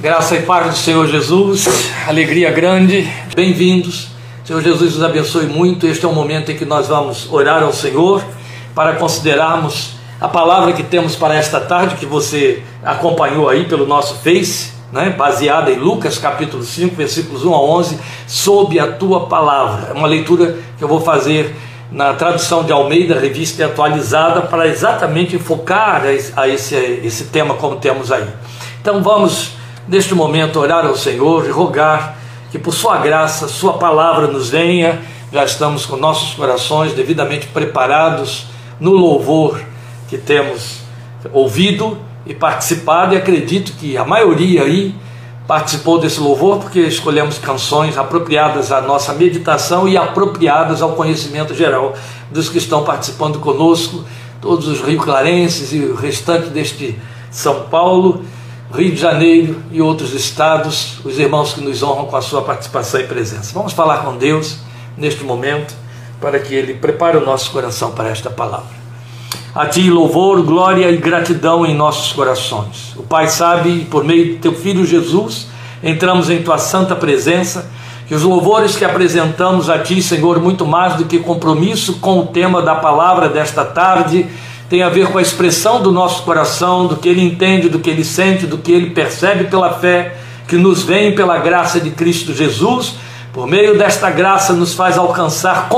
Graça e paz do Senhor Jesus, alegria grande, bem-vindos. Senhor Jesus nos abençoe muito. Este é um momento em que nós vamos orar ao Senhor para considerarmos a palavra que temos para esta tarde, que você acompanhou aí pelo nosso Face, baseada em Lucas capítulo 5, versículos 1 a 11, sob a tua palavra. É uma leitura que eu vou fazer na tradução de Almeida, revista atualizada, para exatamente enfocar a esse tema como temos aí. Então vamos neste momento orar ao Senhor e rogar que por sua graça, sua palavra nos venha. Já estamos com nossos corações devidamente preparados no louvor que temos ouvido e participado, e acredito que a maioria aí participou desse louvor porque escolhemos canções apropriadas à nossa meditação e apropriadas ao conhecimento geral dos que estão participando conosco, todos os rio-clarenses e o restante deste São Paulo, Rio de Janeiro e outros estados, os irmãos que nos honram com a sua participação e presença. Vamos falar com Deus neste momento para que Ele prepare o nosso coração para esta palavra. A Ti louvor, glória e gratidão em nossos corações. O Pai sabe, por meio de Teu Filho Jesus, entramos em Tua santa presença, que os louvores que apresentamos a Ti, Senhor, muito mais do que compromisso com o tema da palavra desta tarde, tem a ver com a expressão do nosso coração, do que ele entende, do que ele sente, do que ele percebe pela fé, que nos vem pela graça de Cristo Jesus. Por meio desta graça nos faz alcançar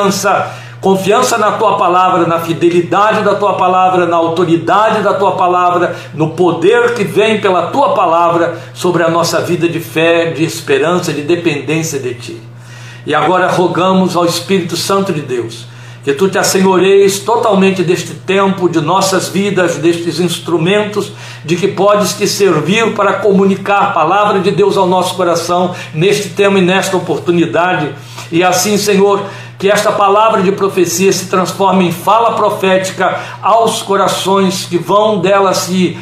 confiança na Tua palavra, na fidelidade da Tua palavra, na autoridade da Tua palavra, no poder que vem pela Tua palavra sobre a nossa vida de fé, de esperança, de dependência de Ti. E agora rogamos ao Espírito Santo de Deus que Tu te assenhoreis totalmente deste tempo, de nossas vidas, destes instrumentos, de que podes te servir para comunicar a palavra de Deus ao nosso coração, neste tema e nesta oportunidade. E assim, Senhor, que esta palavra de profecia se transforme em fala profética aos corações que vão dela se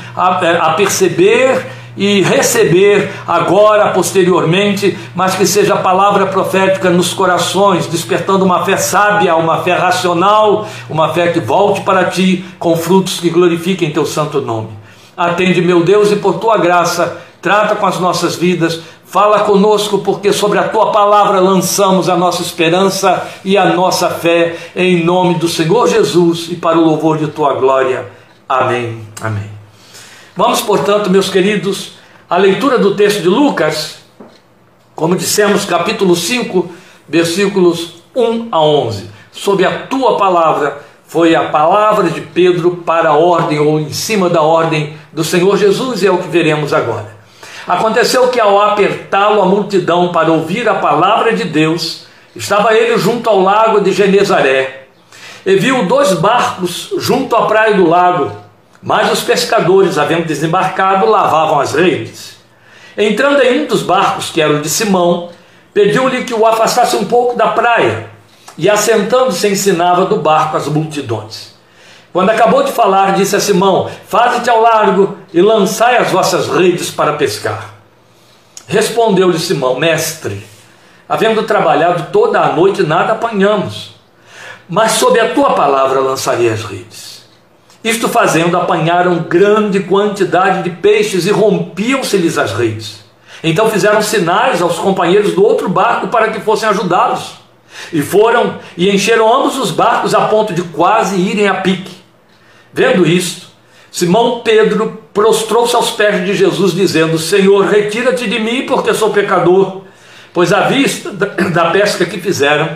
aperceber e receber agora, posteriormente, mas que seja a palavra profética nos corações, despertando uma fé sábia, uma fé racional, uma fé que volte para Ti, com frutos que glorifiquem Teu santo nome. Atende, meu Deus, e por Tua graça, trata com as nossas vidas, fala conosco, porque sobre a Tua palavra lançamos a nossa esperança e a nossa fé, em nome do Senhor Jesus e para o louvor de Tua glória. Amém. Amém. Vamos, portanto, meus queridos, à leitura do texto de Lucas, como dissemos, capítulo 5, versículos 1 a 11. Sob a tua palavra, foi a palavra de Pedro para a ordem, ou em cima da ordem do Senhor Jesus, e é o que veremos agora. Aconteceu que, ao apertá-lo a multidão para ouvir a palavra de Deus, estava ele junto ao lago de Genezaré, e viu 2 barcos junto à praia do lago, mas os pescadores, havendo desembarcado, lavavam as redes. Entrando em um dos barcos, que era o de Simão, pediu-lhe que o afastasse um pouco da praia, e assentando-se ensinava do barco as multidões. Quando acabou de falar, disse a Simão: faze-te ao largo e lançai as vossas redes para pescar. Respondeu-lhe Simão: mestre, havendo trabalhado toda a noite, nada apanhamos, mas sob a tua palavra lançarei as redes. Isto fazendo, apanharam grande quantidade de peixes e rompiam-se-lhes as redes. Então fizeram sinais aos companheiros do outro barco para que fossem ajudá-los. E foram e encheram ambos os barcos a ponto de quase irem a pique. Vendo isto, Simão Pedro prostrou-se aos pés de Jesus, dizendo: Senhor, retira-te de mim, porque sou pecador. Pois à vista da pesca que fizeram,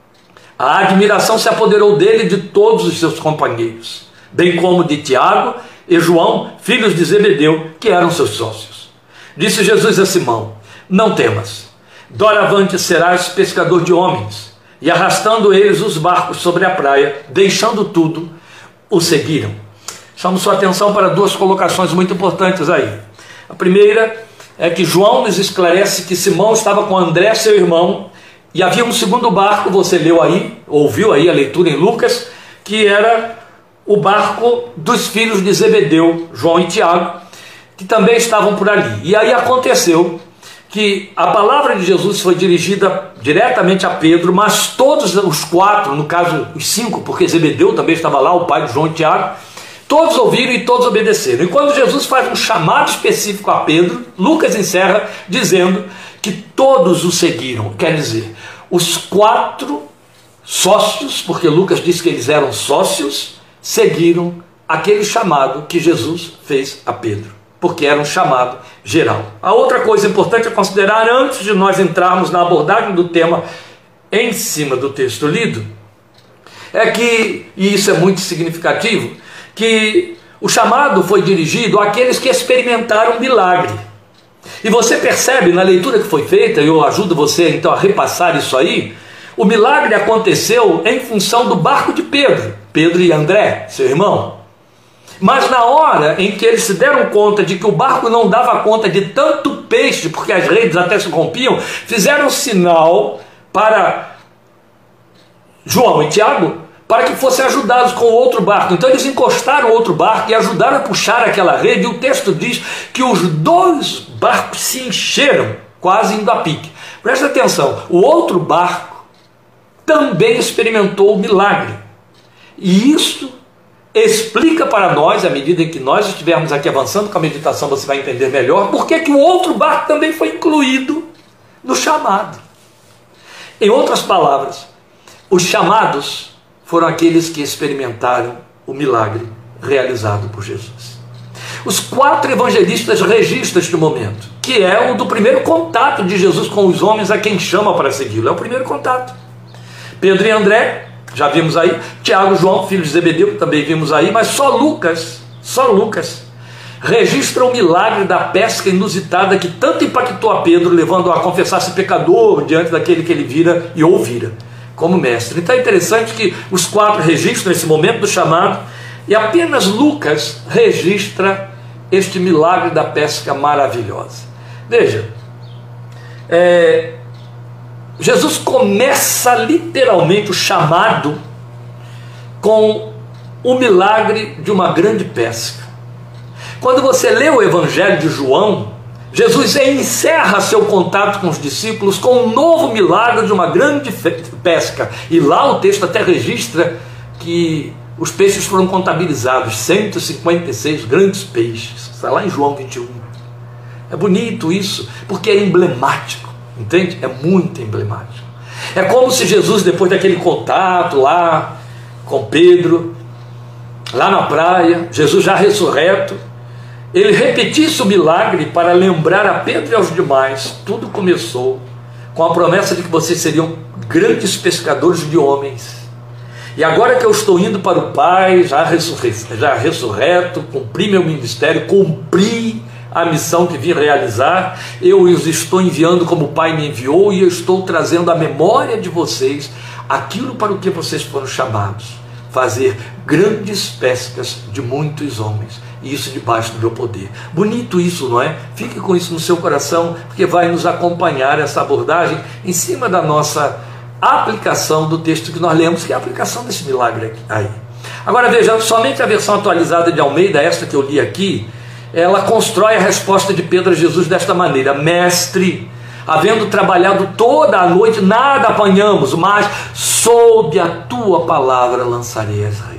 a admiração se apoderou dele e de todos os seus companheiros, bem como de Tiago e João, filhos de Zebedeu, que eram seus sócios. Disse Jesus a Simão: não temas, doravante serás pescador de homens. E arrastando eles os barcos sobre a praia, deixando tudo, o seguiram. Chamo sua atenção para 2 colocações muito importantes aí. A primeira é que João nos esclarece que Simão estava com André, seu irmão, e havia um segundo barco, você leu aí, ouviu aí a leitura em Lucas, que era o barco dos filhos de Zebedeu, João e Tiago, que também estavam por ali. E aí aconteceu que a palavra de Jesus foi dirigida diretamente a Pedro, mas todos os 4, no caso os 5, porque Zebedeu também estava lá, o pai de João e Tiago, Todos ouviram e todos obedeceram. E quando Jesus faz um chamado específico a Pedro, Lucas encerra dizendo que todos o seguiram. Quer dizer, os 4 sócios, porque Lucas diz que eles eram sócios, seguiram aquele chamado que Jesus fez a Pedro, porque era um chamado geral. A outra coisa importante a considerar antes de nós entrarmos na abordagem do tema em cima do texto lido, é que, e isso é muito significativo, que o chamado foi dirigido àqueles que experimentaram milagre. E você percebe na leitura que foi feita, eu ajudo você então a repassar isso aí, o milagre aconteceu em função do barco de Pedro e André, seu irmão. Mas na hora em que eles se deram conta de que o barco não dava conta de tanto peixe, porque as redes até se rompiam, fizeram sinal para João e Tiago, para que fossem ajudados com outro barco. Então eles encostaram outro barco e ajudaram a puxar aquela rede, e o texto diz que os 2 barcos se encheram, quase indo a pique. Presta atenção, o outro barco também experimentou o milagre. E isso explica para nós, à medida em que nós estivermos aqui avançando com a meditação, você vai entender melhor, por que o outro barco também foi incluído no chamado. Em outras palavras, os chamados foram aqueles que experimentaram o milagre realizado por Jesus. Os 4 evangelistas registram este momento, que é o do primeiro contato de Jesus com os homens a quem chama para segui-lo. É o primeiro contato. Pedro e André, já vimos aí, Tiago e João, filhos de Zebedeu, que também vimos aí, mas só Lucas registra o milagre da pesca inusitada que tanto impactou a Pedro, levando-o a confessar-se pecador diante daquele que ele vira e ouvira como mestre. Então é interessante que os 4 registram esse momento do chamado, e apenas Lucas registra este milagre da pesca maravilhosa. Veja, Jesus começa literalmente o chamado com o milagre de uma grande pesca. Quando você lê o Evangelho de João, Jesus encerra seu contato com os discípulos com um novo milagre de uma grande pesca. E lá o texto até registra que os peixes foram contabilizados, 156 grandes peixes. Está lá em João 21. É bonito isso, porque é emblemático, entende? É muito emblemático. É como se Jesus, depois daquele contato lá com Pedro, lá na praia, Jesus já ressurreto, ele repetisse o milagre para lembrar a Pedro e aos demais. Tudo começou com a promessa de que vocês seriam grandes pescadores de homens. E agora que eu estou indo para o Pai, já ressurreto, cumpri meu ministério, cumpri a missão que vim realizar, eu os estou enviando como o Pai me enviou, e eu estou trazendo à memória de vocês aquilo para o que vocês foram chamados: fazer grandes pescas de muitos homens, e isso debaixo do meu poder. Bonito isso, não é? Fique com isso no seu coração, porque vai nos acompanhar essa abordagem em cima da nossa aplicação do texto que nós lemos, que é a aplicação desse milagre aí. Agora veja, somente a versão atualizada de Almeida, esta que eu li aqui, ela constrói a resposta de Pedro a Jesus desta maneira: Mestre, havendo trabalhado toda a noite, nada apanhamos, mas sob a tua palavra lançarei as redes.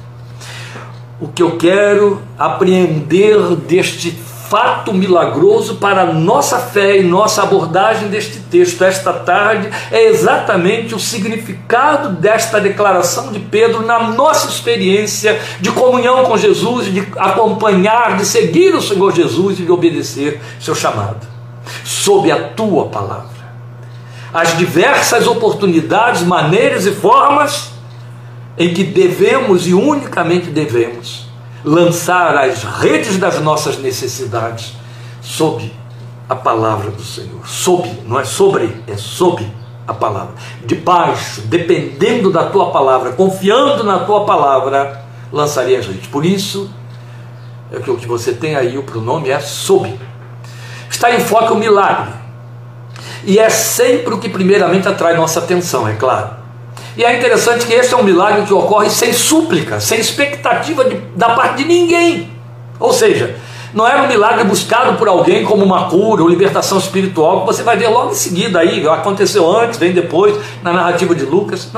O que eu quero apreender deste fato milagroso para a nossa fé e nossa abordagem deste texto esta tarde é exatamente o significado desta declaração de Pedro na nossa experiência de comunhão com Jesus, de acompanhar, de seguir o Senhor Jesus e de obedecer seu chamado. Sob a tua palavra, as diversas oportunidades, maneiras e formas em que devemos e unicamente devemos lançar as redes das nossas necessidades sob a palavra do Senhor. Sob, não é sobre, é sob a palavra. Debaixo, dependendo da tua palavra, confiando na tua palavra, lançarei as redes. Por isso, é que o que você tem aí, o pronome é sob. Está em foco o milagre. E é sempre o que primeiramente atrai nossa atenção, é claro. E é interessante que esse é um milagre que ocorre sem súplica, sem expectativa da parte de ninguém. Ou seja, não era um milagre buscado por alguém como uma cura ou libertação espiritual, que você vai ver logo em seguida aí, aconteceu antes, vem depois, na narrativa de Lucas, não é.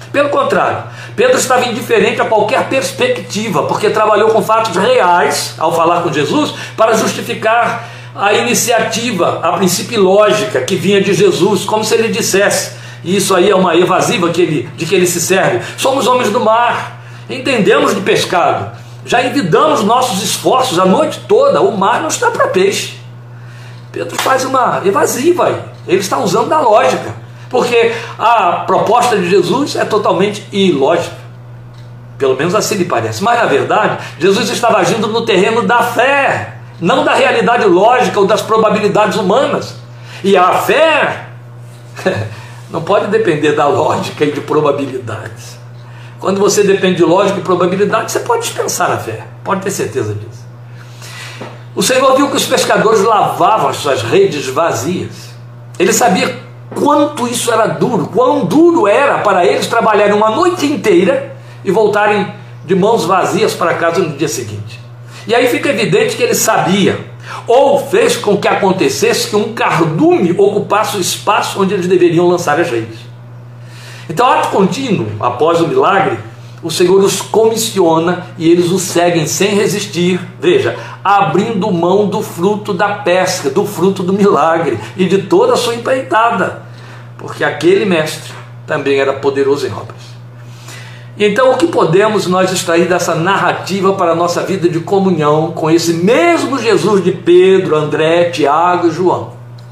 Pelo contrário, Pedro estava indiferente a qualquer perspectiva, porque trabalhou com fatos reais, ao falar com Jesus, para justificar a iniciativa, a princípio lógica, que vinha de Jesus, como se ele dissesse, e isso aí é uma evasiva de que ele se serve: somos homens do mar, entendemos de pescado, já envidamos nossos esforços a noite toda, o mar não está para peixe. Pedro faz uma evasiva aí, ele está usando da lógica, porque a proposta de Jesus é totalmente ilógica, pelo menos assim lhe parece. Mas na verdade, Jesus estava agindo no terreno da fé, não da realidade lógica ou das probabilidades humanas. E a fé não pode depender da lógica e de probabilidades. Quando você depende de lógica e probabilidade, você pode dispensar a fé, pode ter certeza disso. O Senhor viu que os pescadores lavavam as suas redes vazias. Ele sabia quanto isso era duro, quão duro era para eles trabalharem uma noite inteira e voltarem de mãos vazias para casa no dia seguinte. E aí fica evidente que ele sabia, ou fez com que acontecesse, que um cardume ocupasse o espaço onde eles deveriam lançar as redes. Então, ato contínuo, após o milagre, o Senhor os comissiona e eles o seguem sem resistir, veja, abrindo mão do fruto da pesca, do fruto do milagre e de toda a sua empreitada, porque aquele mestre também era poderoso em obras. Então, o que podemos nós extrair dessa narrativa para a nossa vida de comunhão com esse mesmo Jesus de Pedro, André, Tiago e João?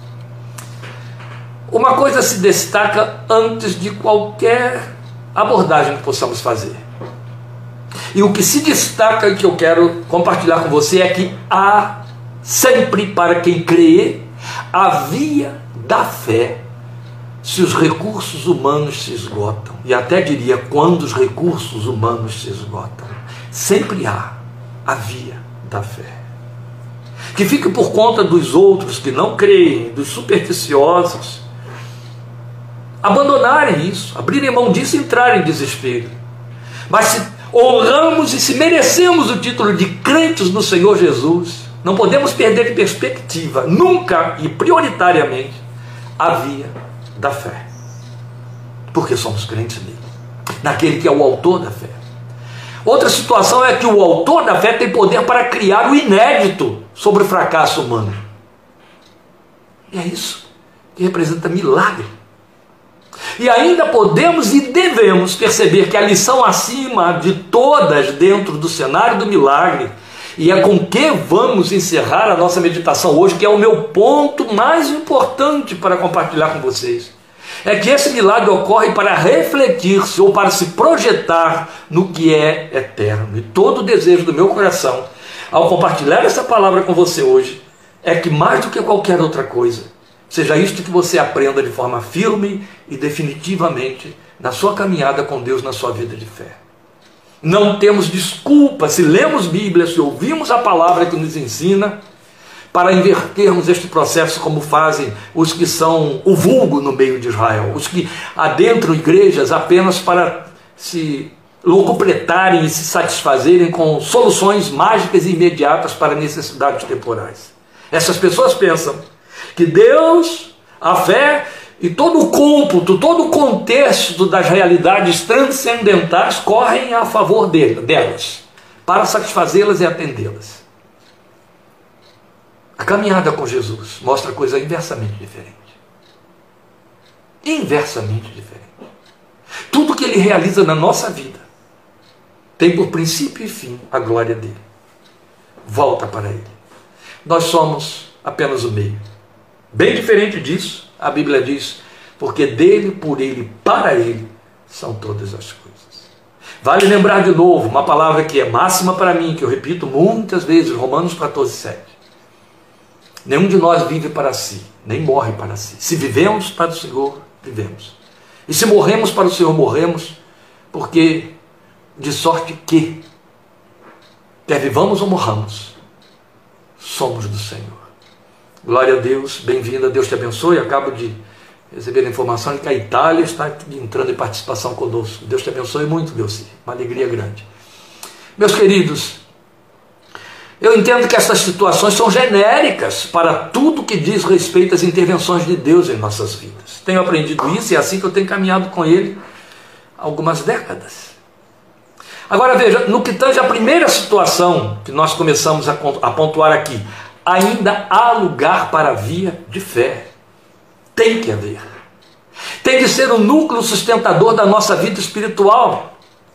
Uma coisa se destaca antes de qualquer abordagem que possamos fazer. E o que se destaca e que eu quero compartilhar com você é que há sempre, para quem crê, a via da fé, se os recursos humanos se esgotam. E até diria, quando os recursos humanos se esgotam, sempre há a via da fé. Que fique por conta dos outros que não creem, dos supersticiosos, abandonarem isso, abrirem mão disso e entrarem em desespero. Mas se honramos e se merecemos o título de crentes no Senhor Jesus, não podemos perder de perspectiva, nunca e prioritariamente, a via da fé, porque somos crentes nele, naquele que é o autor da fé. Outra situação é que o autor da fé tem poder para criar o inédito sobre o fracasso humano. E é isso que representa milagre. E ainda podemos e devemos perceber que a lição acima de todas dentro do cenário do milagre, e é com que vamos encerrar a nossa meditação hoje, que é o meu ponto mais importante para compartilhar com vocês, é que esse milagre ocorre para refletir-se ou para se projetar no que é eterno. E todo o desejo do meu coração, ao compartilhar essa palavra com você hoje, é que mais do que qualquer outra coisa, seja isto que você aprenda de forma firme e definitivamente na sua caminhada com Deus, na sua vida de fé. Não temos desculpa se lemos Bíblia, se ouvimos a palavra que nos ensina, para invertermos este processo como fazem os que são o vulgo no meio de Israel, os que adentram igrejas apenas para se locupletarem e se satisfazerem com soluções mágicas e imediatas para necessidades temporais. Essas pessoas pensam que Deus, a fé e todo o cômputo, todo o contexto das realidades transcendentais correm a favor delas, para satisfazê-las e atendê-las. A caminhada com Jesus mostra coisa inversamente diferente. Inversamente diferente. Tudo que Ele realiza na nossa vida tem por princípio e fim a glória dEle. Volta para Ele. Nós somos apenas o meio. Bem diferente disso, a Bíblia diz, porque dele, por ele, para ele, são todas as coisas. Vale lembrar de novo uma palavra que é máxima para mim, que eu repito muitas vezes, Romanos 14:7. Nenhum de nós vive para si, nem morre para si. Se vivemos para o Senhor, vivemos. E se morremos para o Senhor, morremos, porque de sorte que, quer vivamos ou morramos, somos do Senhor. Glória a Deus, bem-vinda, Deus te abençoe. Acabo de receber a informação de que a Itália está entrando em participação conosco. Deus te abençoe muito, Deus, uma alegria grande. Meus queridos, eu entendo que essas situações são genéricas para tudo que diz respeito às intervenções de Deus em nossas vidas. Tenho aprendido isso e é assim que eu tenho caminhado com Ele algumas décadas. Agora veja, no que tange a primeira situação que nós começamos a pontuar aqui, ainda há lugar para a via de fé. Tem que haver. Tem de ser o núcleo sustentador da nossa vida espiritual.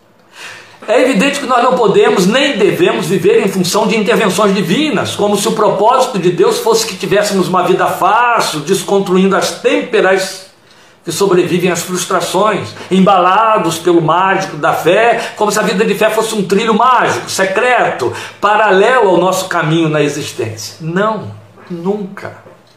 É evidente que nós não podemos nem devemos viver em função de intervenções divinas, como se o propósito de Deus fosse que tivéssemos uma vida fácil, desconstruindo as têmperas que sobrevivem às frustrações, embalados pelo mágico da fé, como se a vida de fé fosse um trilho mágico, secreto, paralelo ao nosso caminho na existência. Não, nunca.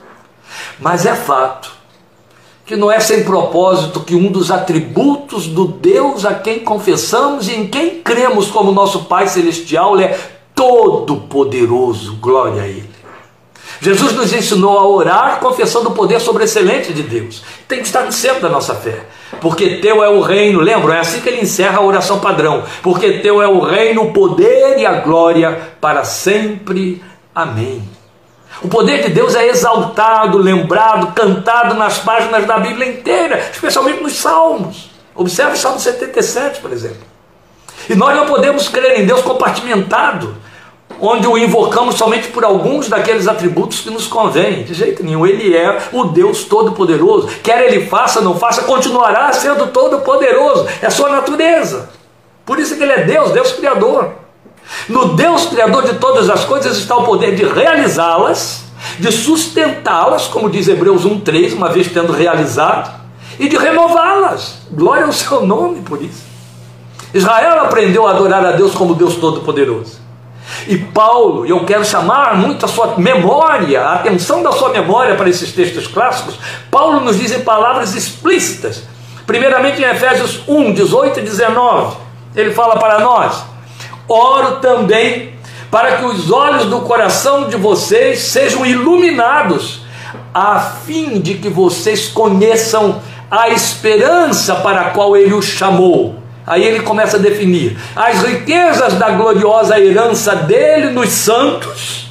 Mas é fato que não é sem propósito que um dos atributos do Deus a quem confessamos e em quem cremos como nosso Pai Celestial é todo-poderoso, glória a Ele. Jesus nos ensinou a orar confessando o poder sobreexcelente de Deus. Tem que estar no centro da nossa fé. Porque teu é o reino, lembram? É assim que ele encerra a oração padrão. Porque teu é o reino, o poder e a glória para sempre. Amém. O poder de Deus é exaltado, lembrado, cantado nas páginas da Bíblia inteira, especialmente nos Salmos. Observe o Salmo 77, por exemplo. E nós não podemos crer em Deus compartimentado, onde o invocamos somente por alguns daqueles atributos que nos convêm. De jeito nenhum. Ele é o Deus Todo-Poderoso. Quer Ele faça, não faça, continuará sendo Todo-Poderoso. É a sua natureza. Por isso que Ele é Deus, Deus Criador. No Deus Criador de todas as coisas está o poder de realizá-las, de sustentá-las, como diz Hebreus 1:3, uma vez tendo realizado, e de renová-las. Glória ao seu nome por isso. Israel aprendeu a adorar a Deus como Deus Todo-Poderoso. E Paulo, e eu quero chamar muito a sua memória, a atenção da sua memória para esses textos clássicos, Paulo nos diz em palavras explícitas, primeiramente em Efésios 1:18 e 19, ele fala para nós: oro também para que os olhos do coração de vocês sejam iluminados, a fim de que vocês conheçam a esperança para a qual Ele os chamou. Aí ele começa a definir as riquezas da gloriosa herança dele nos santos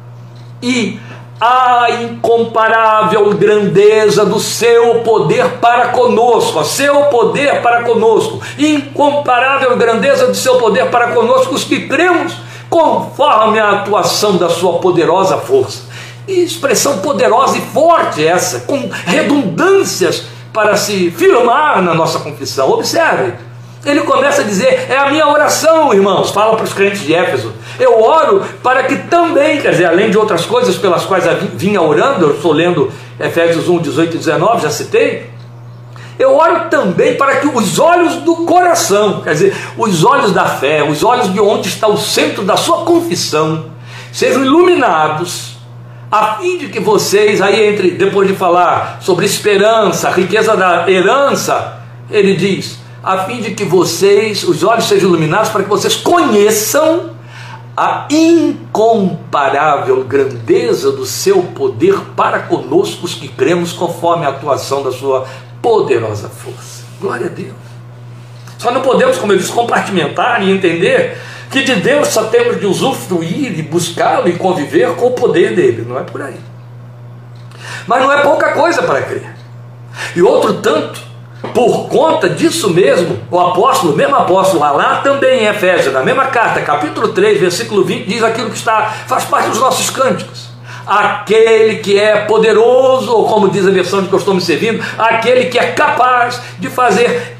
e a incomparável grandeza do seu poder para conosco, seu poder para conosco, incomparável grandeza do seu poder para conosco, os que cremos, conforme a atuação da sua poderosa força. E expressão poderosa e forte essa, com redundâncias para se firmar na nossa confissão. Observe. Ele começa a dizer, é a minha oração, irmãos, fala para os crentes de Éfeso, eu oro para que também, quer dizer, além de outras coisas pelas quais eu vinha orando, eu estou lendo Efésios 1:18 e 19, já citei, eu oro também para que os olhos do coração, quer dizer, os olhos da fé, os olhos de onde está o centro da sua confissão, sejam iluminados, a fim de que vocês, aí depois de falar sobre esperança, a riqueza da herança, ele diz, a fim de que vocês, os olhos sejam iluminados, para que vocês conheçam a incomparável grandeza do seu poder para conosco, os que cremos, conforme a atuação da sua poderosa força. Glória a Deus. Só não podemos, como eu disse, compartimentar e entender que de Deus só temos de usufruir e buscá-lo e conviver com o poder dele. Não é por aí. Mas não é pouca coisa para crer. E outro tanto, por conta disso mesmo, o mesmo apóstolo lá também em Efésios, na mesma carta, capítulo 3, versículo 20, diz aquilo que faz parte dos nossos cânticos. Aquele que é poderoso, ou como diz a versão de que eu estou me servindo, aquele que é capaz de fazer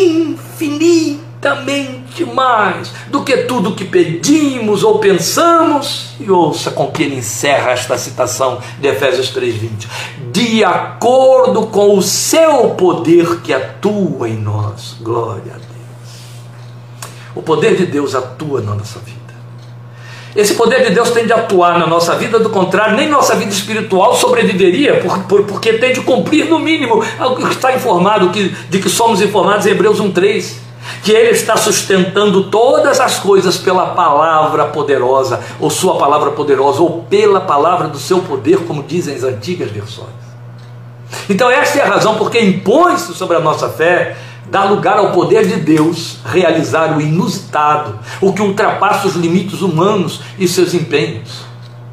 infinitamente mais do que tudo que pedimos ou pensamos. E ouça com que ele encerra esta citação de Efésios 3:20, de acordo com o seu poder que atua em nós. Glória a Deus. O poder de Deus atua na nossa vida. Esse poder de Deus tem de atuar na nossa vida, do contrário, nem nossa vida espiritual sobreviveria, porque tem de cumprir no mínimo o que está informado, de que somos informados em Hebreus 1:3, que Ele está sustentando todas as coisas pela palavra poderosa, ou sua palavra poderosa, ou pela palavra do seu poder, como dizem as antigas versões. Então esta é a razão porque impõe-se sobre a nossa fé, dá lugar ao poder de Deus realizar o inusitado, o que ultrapassa os limites humanos e seus empenhos.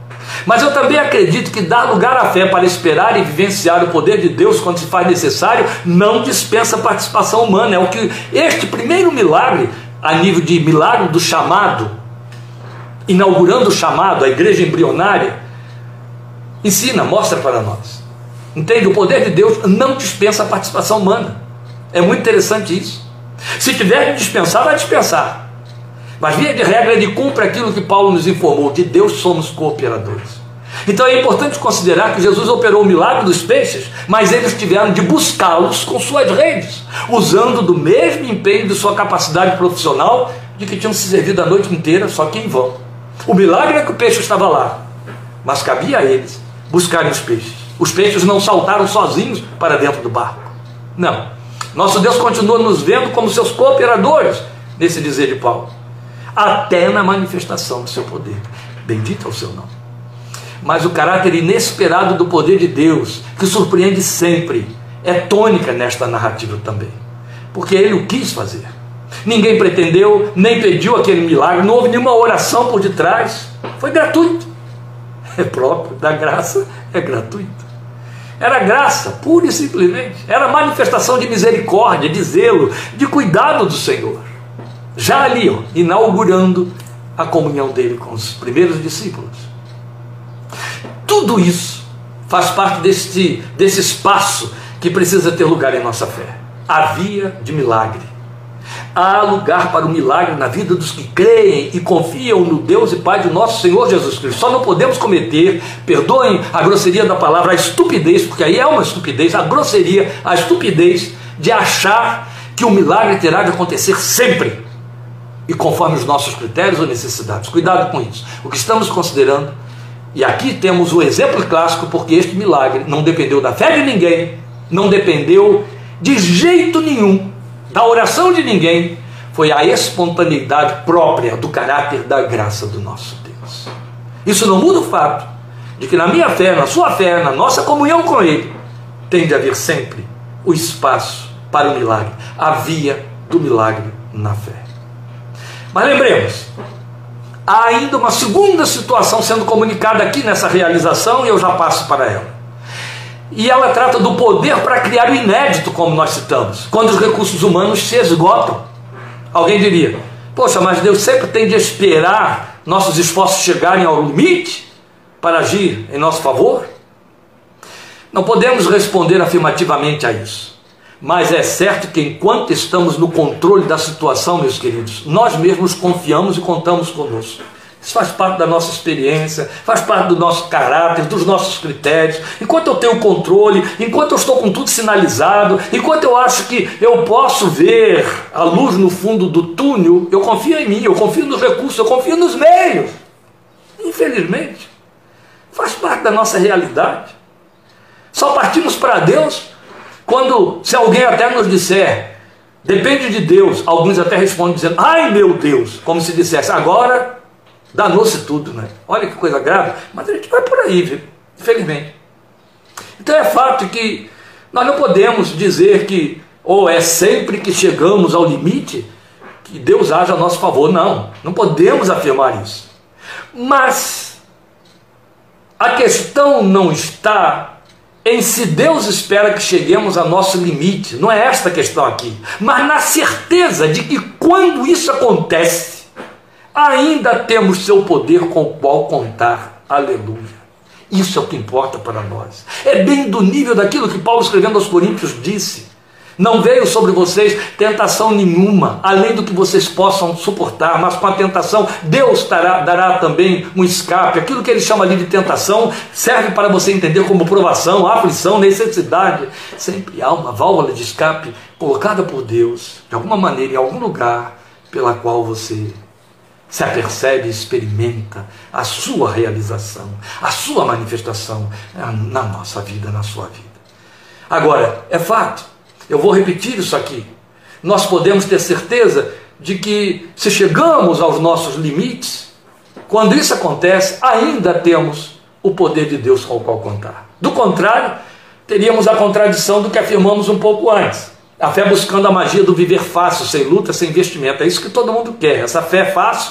Mas eu também acredito que dar lugar à fé para esperar e vivenciar o poder de Deus quando se faz necessário não dispensa a participação humana. É o que este primeiro milagre, a nível de milagre do chamado, inaugurando o chamado, a igreja embrionária, ensina, mostra para nós. Entende? O poder de Deus não dispensa a participação humana. É muito interessante isso. Se tiver que dispensar, vai dispensar. Mas via de regra ele cumpre aquilo que Paulo nos informou: de Deus somos cooperadores. Então é importante considerar que Jesus operou o milagre dos peixes, mas eles tiveram de buscá-los com suas redes, usando do mesmo empenho de sua capacidade profissional de que tinham se servido a noite inteira, só que em vão. O milagre é que o peixe estava lá, mas cabia a eles buscarem os peixes. Os peixes não saltaram sozinhos para dentro do barco. Não. Nosso Deus continua nos vendo como seus cooperadores, nesse dizer de Paulo, até na manifestação do seu poder. Bendito é o seu nome. Mas o caráter inesperado do poder de Deus, que surpreende sempre, é tônica nesta narrativa também, porque ele o quis fazer. Ninguém pretendeu, nem pediu aquele milagre, não houve nenhuma oração por detrás, foi gratuito. É próprio da graça, é gratuito. Era graça, pura e simplesmente. Era manifestação de misericórdia, de zelo, de cuidado do Senhor. Já ali, inaugurando a comunhão dele com os primeiros discípulos. Tudo isso faz parte desse espaço que precisa ter lugar em nossa fé. A via de milagre. Há lugar para o milagre na vida dos que creem e confiam no Deus e Pai de nosso Senhor Jesus Cristo. Só não podemos cometer, perdoem a grosseria da palavra, a estupidez, porque aí é uma estupidez, a grosseria, a estupidez de achar que o milagre terá de acontecer sempre e conforme os nossos critérios ou necessidades. Cuidado com isso. O que estamos considerando, e aqui temos o exemplo clássico, porque este milagre não dependeu da fé de ninguém, não dependeu de jeito nenhum da oração de ninguém, foi a espontaneidade própria do caráter da graça do nosso Deus. Isso não muda o fato de que na minha fé, na sua fé, na nossa comunhão com Ele, tem de haver sempre o espaço para o milagre, a via do milagre na fé. Mas lembremos, há ainda uma segunda situação sendo comunicada aqui nessa realização, e eu já passo para ela. E ela trata do poder para criar o inédito, como nós citamos, quando os recursos humanos se esgotam. Alguém diria: poxa, mas Deus sempre tem de esperar nossos esforços chegarem ao limite para agir em nosso favor? Não podemos responder afirmativamente a isso, mas é certo que enquanto estamos no controle da situação, meus queridos, nós mesmos confiamos e contamos conosco. Isso faz parte da nossa experiência, faz parte do nosso caráter, dos nossos critérios. Enquanto eu tenho controle, enquanto eu estou com tudo sinalizado, enquanto eu acho que eu posso ver a luz no fundo do túnel, eu confio em mim, eu confio nos recursos, eu confio nos meios. Infelizmente, faz parte da nossa realidade. Só partimos para Deus quando, se alguém até nos disser, depende de Deus, alguns até respondem dizendo, ai meu Deus, como se dissesse, agora danou-se tudo, né? Olha que coisa grave, mas a gente vai por aí, viu? Infelizmente. Então é fato que nós não podemos dizer que, ou é sempre que chegamos ao limite, que Deus age a nosso favor. Não, não podemos afirmar isso. Mas a questão não está em se Deus espera que cheguemos ao nosso limite, não é esta a questão aqui, mas na certeza de que quando isso acontece, ainda temos seu poder com o qual contar. Aleluia. Isso é o que importa para nós. É bem do nível daquilo que Paulo, escrevendo aos Coríntios, disse: não veio sobre vocês tentação nenhuma, além do que vocês possam suportar, mas com a tentação Deus dará também um escape. Aquilo que ele chama ali de tentação serve para você entender como provação, aflição, necessidade. Sempre há uma válvula de escape colocada por Deus, de alguma maneira, em algum lugar, pela qual você se apercebe e experimenta a sua realização, a sua manifestação na nossa vida, na sua vida. Agora, é fato, eu vou repetir isso aqui, nós podemos ter certeza de que se chegamos aos nossos limites, quando isso acontece, ainda temos o poder de Deus com o qual contar. Do contrário, teríamos a contradição do que afirmamos um pouco antes. A fé buscando a magia do viver fácil, sem luta, sem investimento. É isso que todo mundo quer. Essa fé fácil,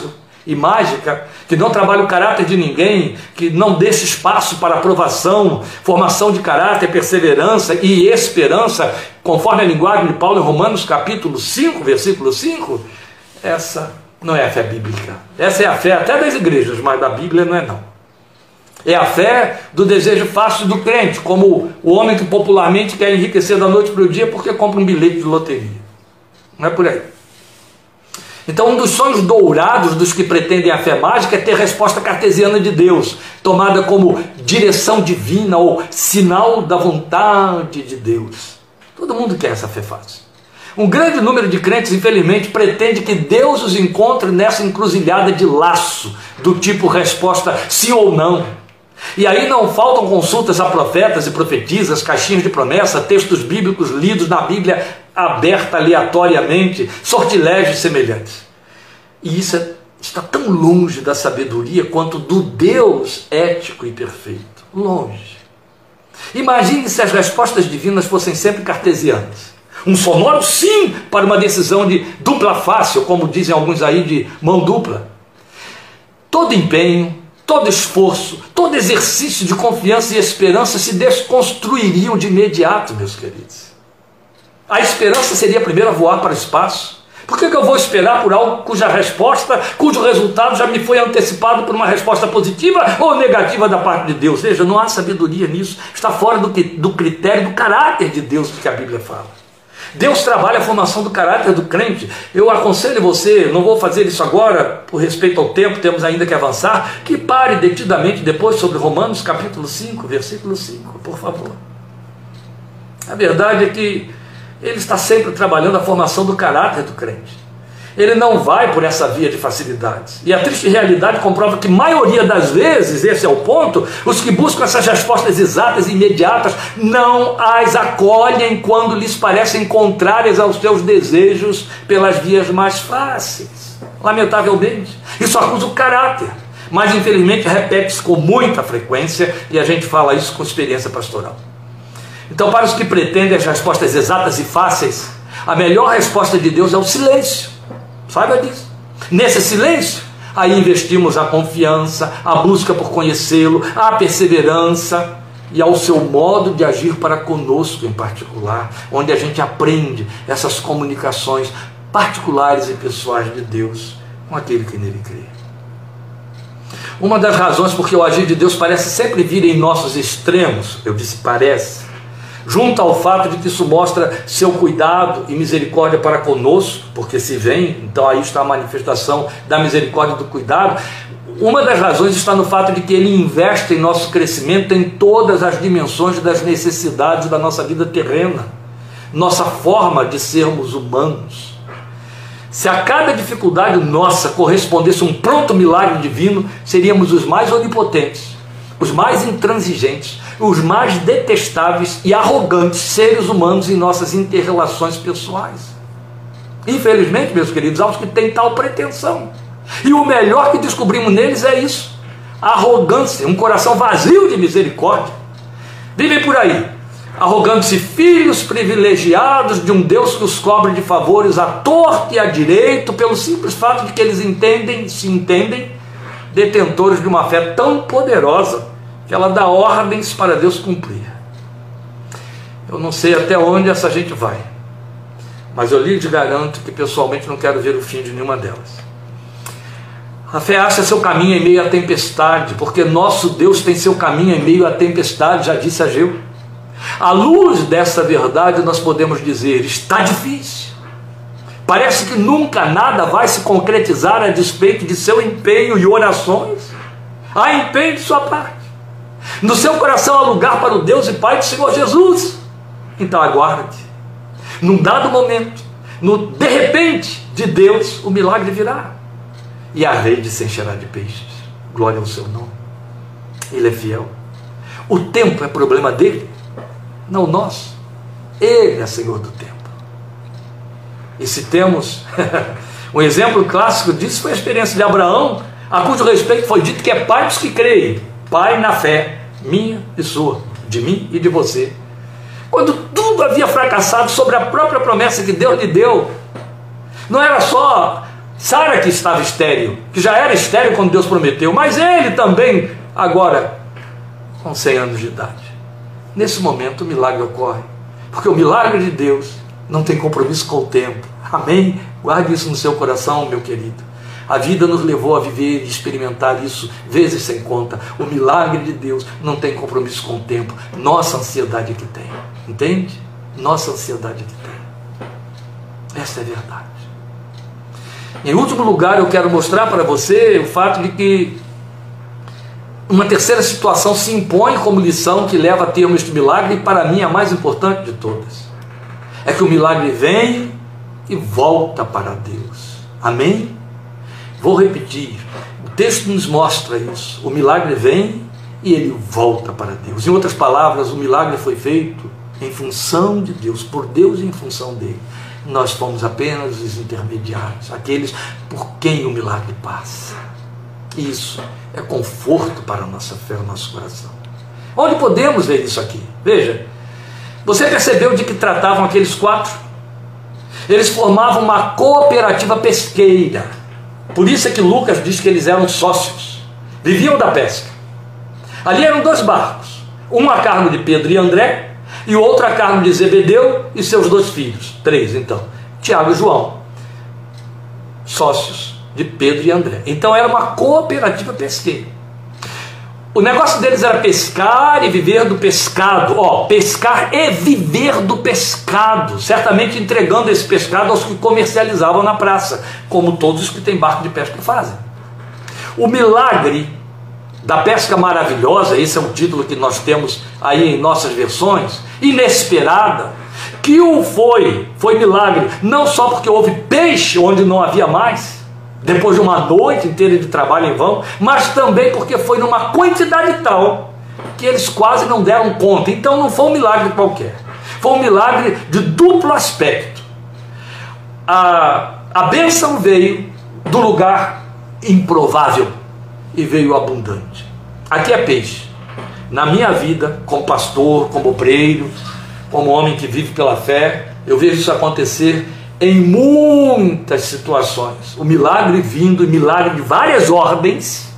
e mágica, que não trabalha o caráter de ninguém, que não deixa espaço para aprovação, formação de caráter, perseverança e esperança, conforme a linguagem de Paulo em Romanos capítulo 5, versículo 5, essa não é a fé bíblica. Essa é a fé até das igrejas, mas da Bíblia não é não. É a fé do desejo fácil do crente, como o homem que popularmente quer enriquecer da noite para o dia porque compra um bilhete de loteria. Não é por aí. Então, um dos sonhos dourados dos que pretendem a fé mágica é ter resposta cartesiana de Deus, tomada como direção divina ou sinal da vontade de Deus. Todo mundo quer essa fé fácil. Um grande número de crentes, infelizmente, pretende que Deus os encontre nessa encruzilhada de laço, do tipo resposta sim ou não. E aí não faltam consultas a profetas e profetisas, caixinhas de promessa, textos bíblicos lidos na Bíblia aberta aleatoriamente, sortilégios semelhantes. E isso está tão longe da sabedoria quanto do Deus ético e perfeito. Longe. Imagine se as respostas divinas fossem sempre cartesianas. Um sonoro sim para uma decisão de dupla face, ou como dizem alguns aí, de mão dupla. Todo empenho, todo esforço, todo exercício de confiança e esperança se desconstruiriam de imediato, meus queridos. A esperança seria a primeira a voar para o espaço. Por que eu vou esperar por algo cuja resposta, cujo resultado já me foi antecipado por uma resposta positiva ou negativa da parte de Deus? Veja, não há sabedoria nisso. Está fora do critério, do caráter de Deus que a Bíblia fala. Deus trabalha a formação do caráter do crente. Eu aconselho você, não vou fazer isso agora, por respeito ao tempo, temos ainda que avançar, que pare detidamente depois sobre Romanos capítulo 5, versículo 5, por favor. A verdade é que ele está sempre trabalhando a formação do caráter do crente. Ele não vai por essa via de facilidades. E a triste realidade comprova que, maioria das vezes, esse é o ponto, os que buscam essas respostas exatas e imediatas não as acolhem quando lhes parecem contrárias aos seus desejos pelas vias mais fáceis. Lamentavelmente, isso acusa o caráter. Mas, infelizmente, repete-se com muita frequência e a gente fala isso com experiência pastoral. Então, para os que pretendem as respostas exatas e fáceis, a melhor resposta de Deus é o silêncio. Saiba disso. Nesse silêncio, aí investimos a confiança, a busca por conhecê-lo, a perseverança e ao seu modo de agir para conosco em particular, onde a gente aprende essas comunicações particulares e pessoais de Deus com aquele que nele crê. Uma das razões porque o agir de Deus parece sempre vir em nossos extremos, eu disse parece, junto ao fato de que isso mostra seu cuidado e misericórdia para conosco, porque se vem, então aí está a manifestação da misericórdia e do cuidado. Uma das razões está no fato de que ele investe em nosso crescimento em todas as dimensões das necessidades da nossa vida terrena, nossa forma de sermos humanos. Se a cada dificuldade nossa correspondesse um pronto milagre divino, seríamos os mais onipotentes, os mais intransigentes, os mais detestáveis e arrogantes seres humanos em nossas inter-relações pessoais. Infelizmente, meus queridos, há os que têm tal pretensão. E o melhor que descobrimos neles é isso: a arrogância, um coração vazio de misericórdia. Vivem por aí, arrogando-se filhos privilegiados de um Deus que os cobre de favores à torta e à direito, pelo simples fato de que eles se entendem detentores de uma fé tão poderosa que ela dá ordens para Deus cumprir. Eu não sei até onde essa gente vai, mas eu lhes garanto que pessoalmente não quero ver o fim de nenhuma delas. A fé acha seu caminho em meio à tempestade, porque nosso Deus tem seu caminho em meio à tempestade, já disse Ageu. À luz dessa verdade nós podemos dizer: está difícil, parece que nunca nada vai se concretizar a despeito de seu empenho e orações. Há empenho de sua parte. No seu coração há lugar para o Deus e Pai do Senhor Jesus. Então aguarde. Num dado momento, no de repente de Deus, o milagre virá. E a rede se encherá de peixes. Glória ao seu nome. Ele é fiel. O tempo é problema dele, não nosso. Ele é Senhor do tempo. E se temos um exemplo clássico disso, foi a experiência de Abraão, a cujo respeito foi dito que é pai dos que creem. Pai na fé, minha e sua, de mim e de você. Quando tudo havia fracassado sobre a própria promessa que Deus lhe deu, não era só Sara, que estava estéril, que já era estéril quando Deus prometeu, mas ele também, agora, com 100 anos de idade. Nesse momento o milagre ocorre, porque o milagre de Deus não tem compromisso com o tempo. Amém? Guarde isso no seu coração, meu querido. A vida nos levou a viver e experimentar isso vezes sem conta. O milagre de Deus não tem compromisso com o tempo. Nossa ansiedade é que tem. Entende? Nossa ansiedade é que tem. Essa é a verdade. Em último lugar, eu quero mostrar para você o fato de que uma terceira situação se impõe como lição que leva a termos este milagre, e para mim a mais importante de todas. É que o milagre vem e volta para Deus. Amém? Vou repetir, o texto nos mostra isso. O milagre vem e ele volta para Deus. Em outras palavras, o milagre foi feito em função de Deus, por Deus e em função dele. Nós fomos apenas os intermediários, aqueles por quem o milagre passa. Isso é conforto para a nossa fé, o nosso coração. Onde podemos ver isso aqui? Veja, você percebeu de que tratavam aqueles 4? Eles formavam uma cooperativa pesqueira. Por isso é que Lucas diz que eles eram sócios, viviam da pesca. Ali eram 2 barcos, um a cargo de Pedro e André, e o outro a cargo de Zebedeu e seus 2 filhos, 3 então, Tiago e João, sócios de Pedro e André. Então era uma cooperativa pesqueira. O negócio deles era pescar e viver do pescado. Pescar e viver do pescado. Certamente entregando esse pescado aos que comercializavam na praça, como todos os que têm barco de pesca fazem. O milagre da pesca maravilhosa, esse é o título que nós temos aí em nossas versões, inesperada, que foi milagre, não só porque houve peixe onde não havia mais, depois de uma noite inteira de trabalho em vão, mas também porque foi numa quantidade tal que eles quase não deram conta. Então não foi um milagre qualquer, foi um milagre de duplo aspecto. A bênção veio do lugar improvável e veio abundante. Aqui é peixe. Na minha vida, como pastor, como obreiro, como homem que vive pela fé, eu vejo isso acontecer em muitas situações. O milagre vindo, e milagre de várias ordens,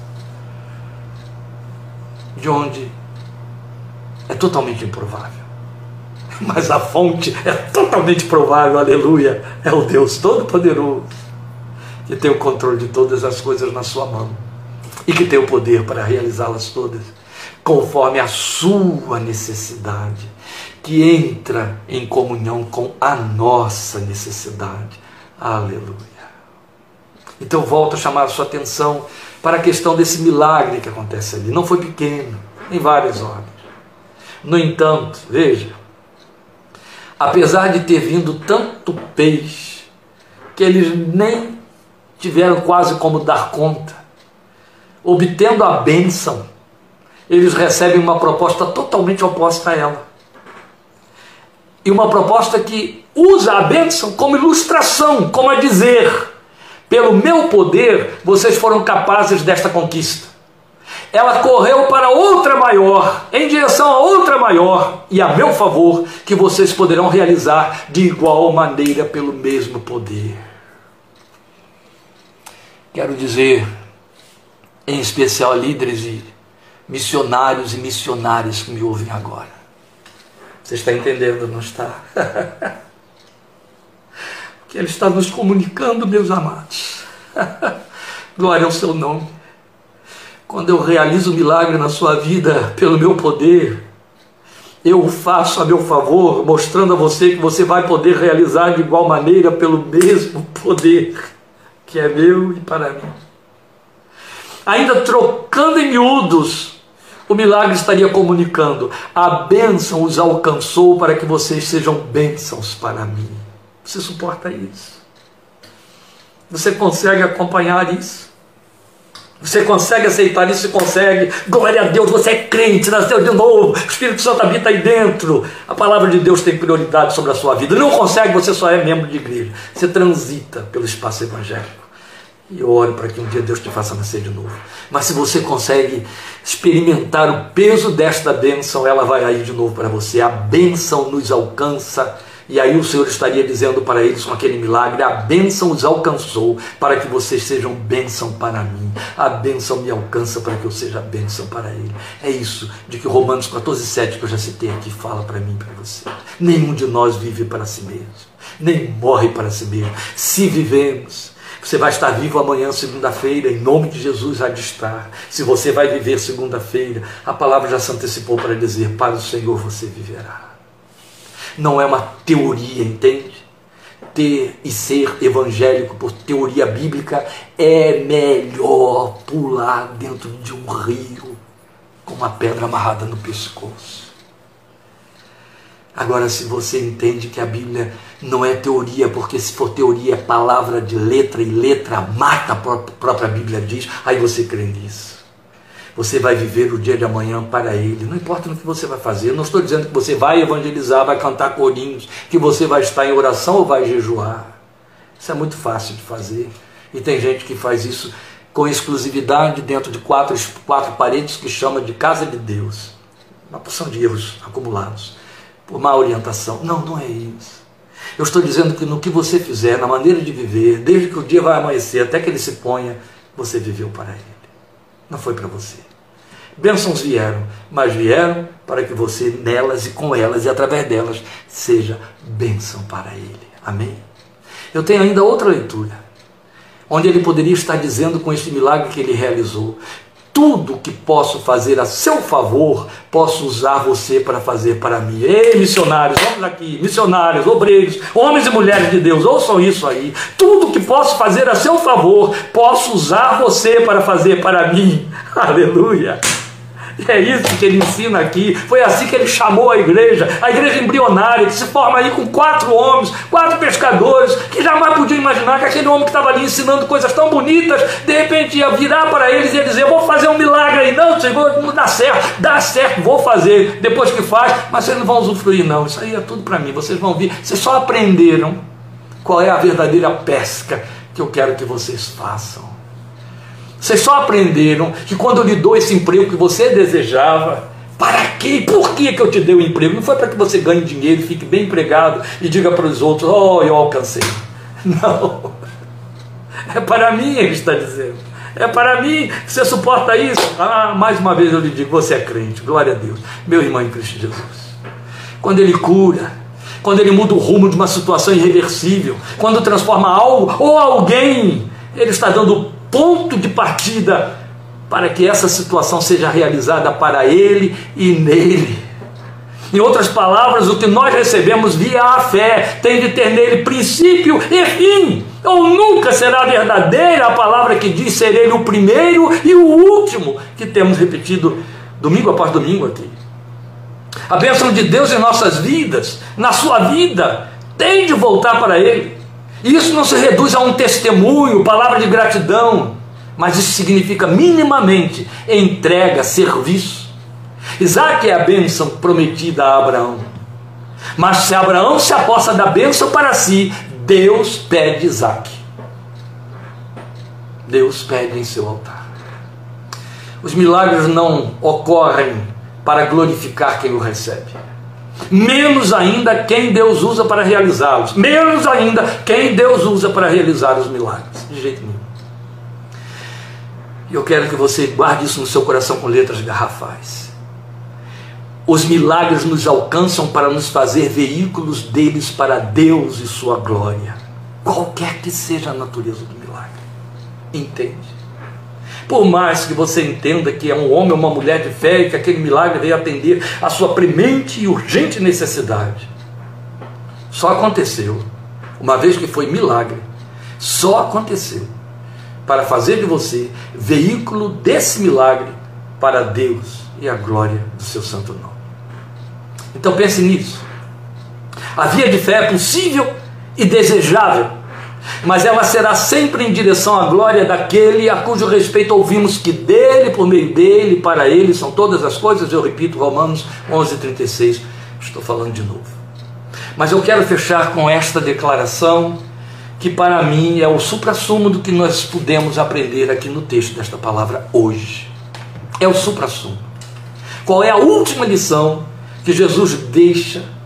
de onde é totalmente improvável, mas a fonte é totalmente provável. Aleluia! É o Deus Todo-Poderoso, que tem o controle de todas as coisas na sua mão, e que tem o poder para realizá-las todas, conforme a sua necessidade, que entra em comunhão com a nossa necessidade. Aleluia! Então volto a chamar a sua atenção para a questão desse milagre que acontece ali. Não foi pequeno, em várias ordens. No entanto, veja, apesar de ter vindo tanto peixe, que eles nem tiveram quase como dar conta, obtendo a bênção, eles recebem uma proposta totalmente oposta a ela. E uma proposta que usa a bênção como ilustração, como a dizer: pelo meu poder, vocês foram capazes desta conquista. Ela correu para outra maior, em direção a outra maior, e a meu favor, que vocês poderão realizar de igual maneira pelo mesmo poder. Quero dizer, em especial a líderes e missionários e missionárias que me ouvem agora. Você está entendendo, não está? Que Ele está nos comunicando, meus amados. Glória ao seu nome. Quando eu realizo um milagre na sua vida pelo meu poder, eu o faço a meu favor, mostrando a você que você vai poder realizar de igual maneira pelo mesmo poder que é meu e para mim. Ainda trocando em miúdos, o milagre estaria comunicando: a bênção os alcançou para que vocês sejam bênçãos para mim. Você suporta isso? Você consegue acompanhar isso? Você consegue aceitar isso? Você consegue? Glória a Deus, você é crente, nasceu de novo, o Espírito Santo habita aí dentro. A palavra de Deus tem prioridade sobre a sua vida. Não consegue, você só é membro de igreja. Você transita pelo espaço evangélico. E eu oro para que um dia Deus te faça nascer de novo. Mas se você consegue experimentar o peso desta bênção, ela vai aí de novo para você. A bênção nos alcança E aí o Senhor estaria dizendo para eles com aquele milagre: a bênção os alcançou para que vocês sejam bênção para mim. A bênção me alcança para que eu seja bênção para ele. É isso de que Romanos 14:7, que eu já citei aqui, fala para mim e para você. Nenhum de nós vive para si mesmo, nem morre para si mesmo. Se vivemos, você vai estar vivo amanhã, segunda-feira, em nome de Jesus há de estar. Se você vai viver segunda-feira, a palavra já se antecipou para dizer: para o Senhor você viverá. Não é uma teoria, entende? Ter e ser evangélico por teoria bíblica é melhor pular dentro de um rio com uma pedra amarrada no pescoço. Agora, se você entende que a Bíblia não é teoria, porque se for teoria é palavra de letra, e letra mata, a própria Bíblia diz, aí você crê nisso. Você vai viver o dia de amanhã para Ele, não importa no que você vai fazer. Eu não estou dizendo que você vai evangelizar, vai cantar corinhos, que você vai estar em oração ou vai jejuar. Isso é muito fácil de fazer. E tem gente que faz isso com exclusividade dentro de quatro paredes, que chama de casa de Deus. Uma porção de erros acumulados por má orientação. Não, não é isso. Eu estou dizendo que no que você fizer, na maneira de viver, desde que o dia vai amanhecer até que ele se ponha, você viveu para Ele. Não foi para você. Bênçãos vieram, mas vieram para que você nelas e com elas e através delas seja bênção para Ele. Amém? Eu tenho ainda outra leitura, onde ele poderia estar dizendo com este milagre que ele realizou: tudo que posso fazer a seu favor, posso usar você para fazer para mim. Ei, missionários, vamos aqui, missionários, obreiros, homens e mulheres de Deus, ouçam isso aí. Tudo que posso fazer a seu favor, posso usar você para fazer para mim. Aleluia! É isso que ele ensina aqui. Foi assim que ele chamou a igreja embrionária, que se forma aí com 4 homens, 4 pescadores, que jamais podiam imaginar que aquele homem que estava ali ensinando coisas tão bonitas, de repente ia virar para eles e ia dizer: vou fazer um milagre aí. Não, Senhor, não dá certo, vou fazer. Depois que faz, mas vocês não vão usufruir não, isso aí é tudo para mim, vocês vão vir. Vocês só aprenderam qual é a verdadeira pesca que eu quero que vocês façam. Vocês só aprenderam que quando eu lhe dou esse emprego que você desejava, para quê? Por que eu te dei o emprego? Não foi para que você ganhe dinheiro, fique bem empregado e diga para os outros: oh, eu alcancei. Não. É para mim, ele está dizendo. É para mim. Você suporta isso? Ah, mais uma vez eu lhe digo: você é crente, glória a Deus. Meu irmão em Cristo Jesus. Quando ele cura, quando ele muda o rumo de uma situação irreversível, quando transforma algo ou alguém, ele está dando ponto de partida para que essa situação seja realizada para ele e nele. Em outras palavras, o que nós recebemos via a fé tem de ter nele princípio e fim, ou nunca será verdadeira a palavra que diz ser ele o primeiro e o último, que temos repetido domingo após domingo aqui. A bênção de Deus em nossas vidas, na sua vida, tem de voltar para ele. E isso não se reduz a um testemunho, palavra de gratidão, mas isso significa minimamente entrega, serviço. Isaac é a bênção prometida a Abraão, mas se Abraão se aposta da bênção para si, Deus pede Isaac. Deus pede em seu altar. Os milagres não ocorrem para glorificar quem o recebe, menos ainda quem Deus usa para realizá-los, menos ainda quem Deus usa para realizar os milagres, de jeito nenhum. E eu quero que você guarde isso no seu coração com letras garrafais. Os milagres nos alcançam para nos fazer veículos deles para Deus e sua glória, qualquer que seja a natureza do milagre. Entende? Por mais que você entenda que é um homem ou uma mulher de fé e que aquele milagre veio atender a sua premente e urgente necessidade, só aconteceu, uma vez que foi milagre, só aconteceu para fazer de você veículo desse milagre para Deus e a glória do seu santo nome. Então pense nisso. A via de fé é possível e desejável, mas ela será sempre em direção à glória daquele a cujo respeito ouvimos que dele, por meio dele, para ele são todas as coisas. Eu repito, Romanos 11:36, estou falando de novo. Mas eu quero fechar com esta declaração, que para mim é o suprassumo do que nós podemos aprender aqui no texto desta palavra hoje. É o suprassumo. Qual é a última lição que Jesus deixa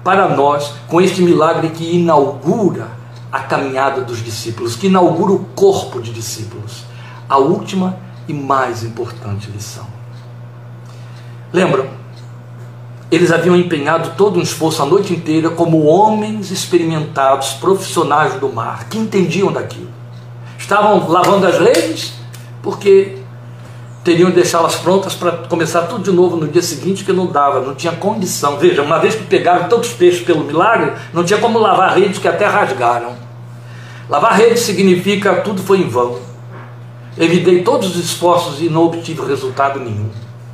para nós com este milagre que inaugura a caminhada dos discípulos, que inaugura o corpo de discípulos. A última e mais importante lição. Lembram? Eles haviam empenhado todo um esforço a noite inteira como homens experimentados, profissionais do mar, que entendiam daquilo. Estavam lavando as redes, porque teriam de deixá-las prontas para começar tudo de novo no dia seguinte, que não dava, não tinha condição. Veja, uma vez que pegaram tantos peixes pelo milagre, não tinha como lavar redes, que até rasgaram. Lavar redes significa tudo foi em vão. Evitei todos os esforços e não obtive resultado nenhum.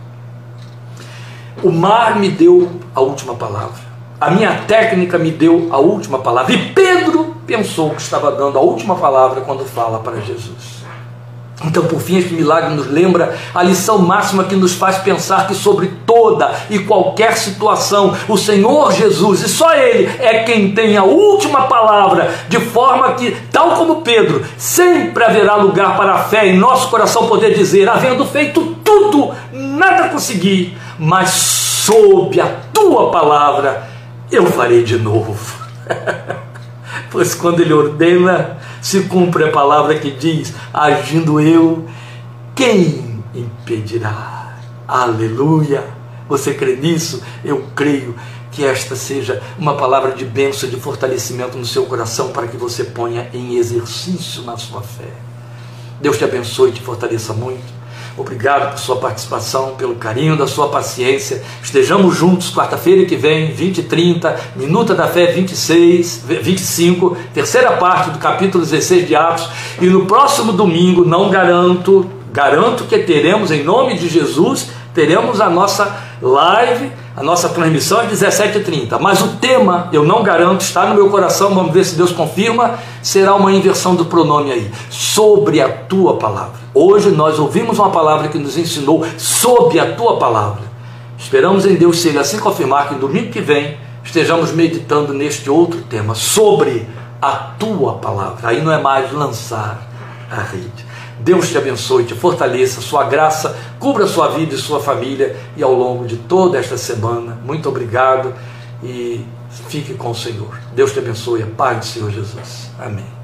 O mar me deu a última palavra. A minha técnica me deu a última palavra. E Pedro pensou que estava dando a última palavra quando fala para Jesus. Então, por fim, este milagre nos lembra a lição máxima que nos faz pensar que sobre toda e qualquer situação, o Senhor Jesus, e só Ele, é quem tem a última palavra, de forma que, tal como Pedro, sempre haverá lugar para a fé em nosso coração poder dizer, havendo feito tudo, nada consegui, mas sob a Tua palavra, eu farei de novo. Pois quando Ele ordena, se cumpre a palavra que diz, agindo eu, quem impedirá? Aleluia! Você crê nisso? Eu creio que esta seja uma palavra de bênção, de fortalecimento no seu coração, para que você ponha em exercício na sua fé. Deus te abençoe e te fortaleça muito. Obrigado por sua participação, pelo carinho da sua paciência. Estejamos juntos quarta-feira que vem, 20h30, Minuta da Fé 25, terceira parte do capítulo 16 de Atos. E no próximo domingo, não garanto que teremos, em nome de Jesus, teremos a nossa live, a nossa transmissão às 17h30. Mas o tema, eu não garanto, está no meu coração, vamos ver se Deus confirma, será uma inversão do pronome aí, sobre a Tua palavra. Hoje nós ouvimos uma palavra que nos ensinou sobre a Tua palavra. Esperamos em Deus, se Ele assim confirmar, que no domingo que vem estejamos meditando neste outro tema, sobre a Tua palavra. Aí não é mais lançar a rede. Deus te abençoe, te fortaleça, sua graça cubra sua vida e sua família, e ao longo de toda esta semana, muito obrigado e fique com o Senhor. Deus te abençoe, a paz do Senhor Jesus. Amém.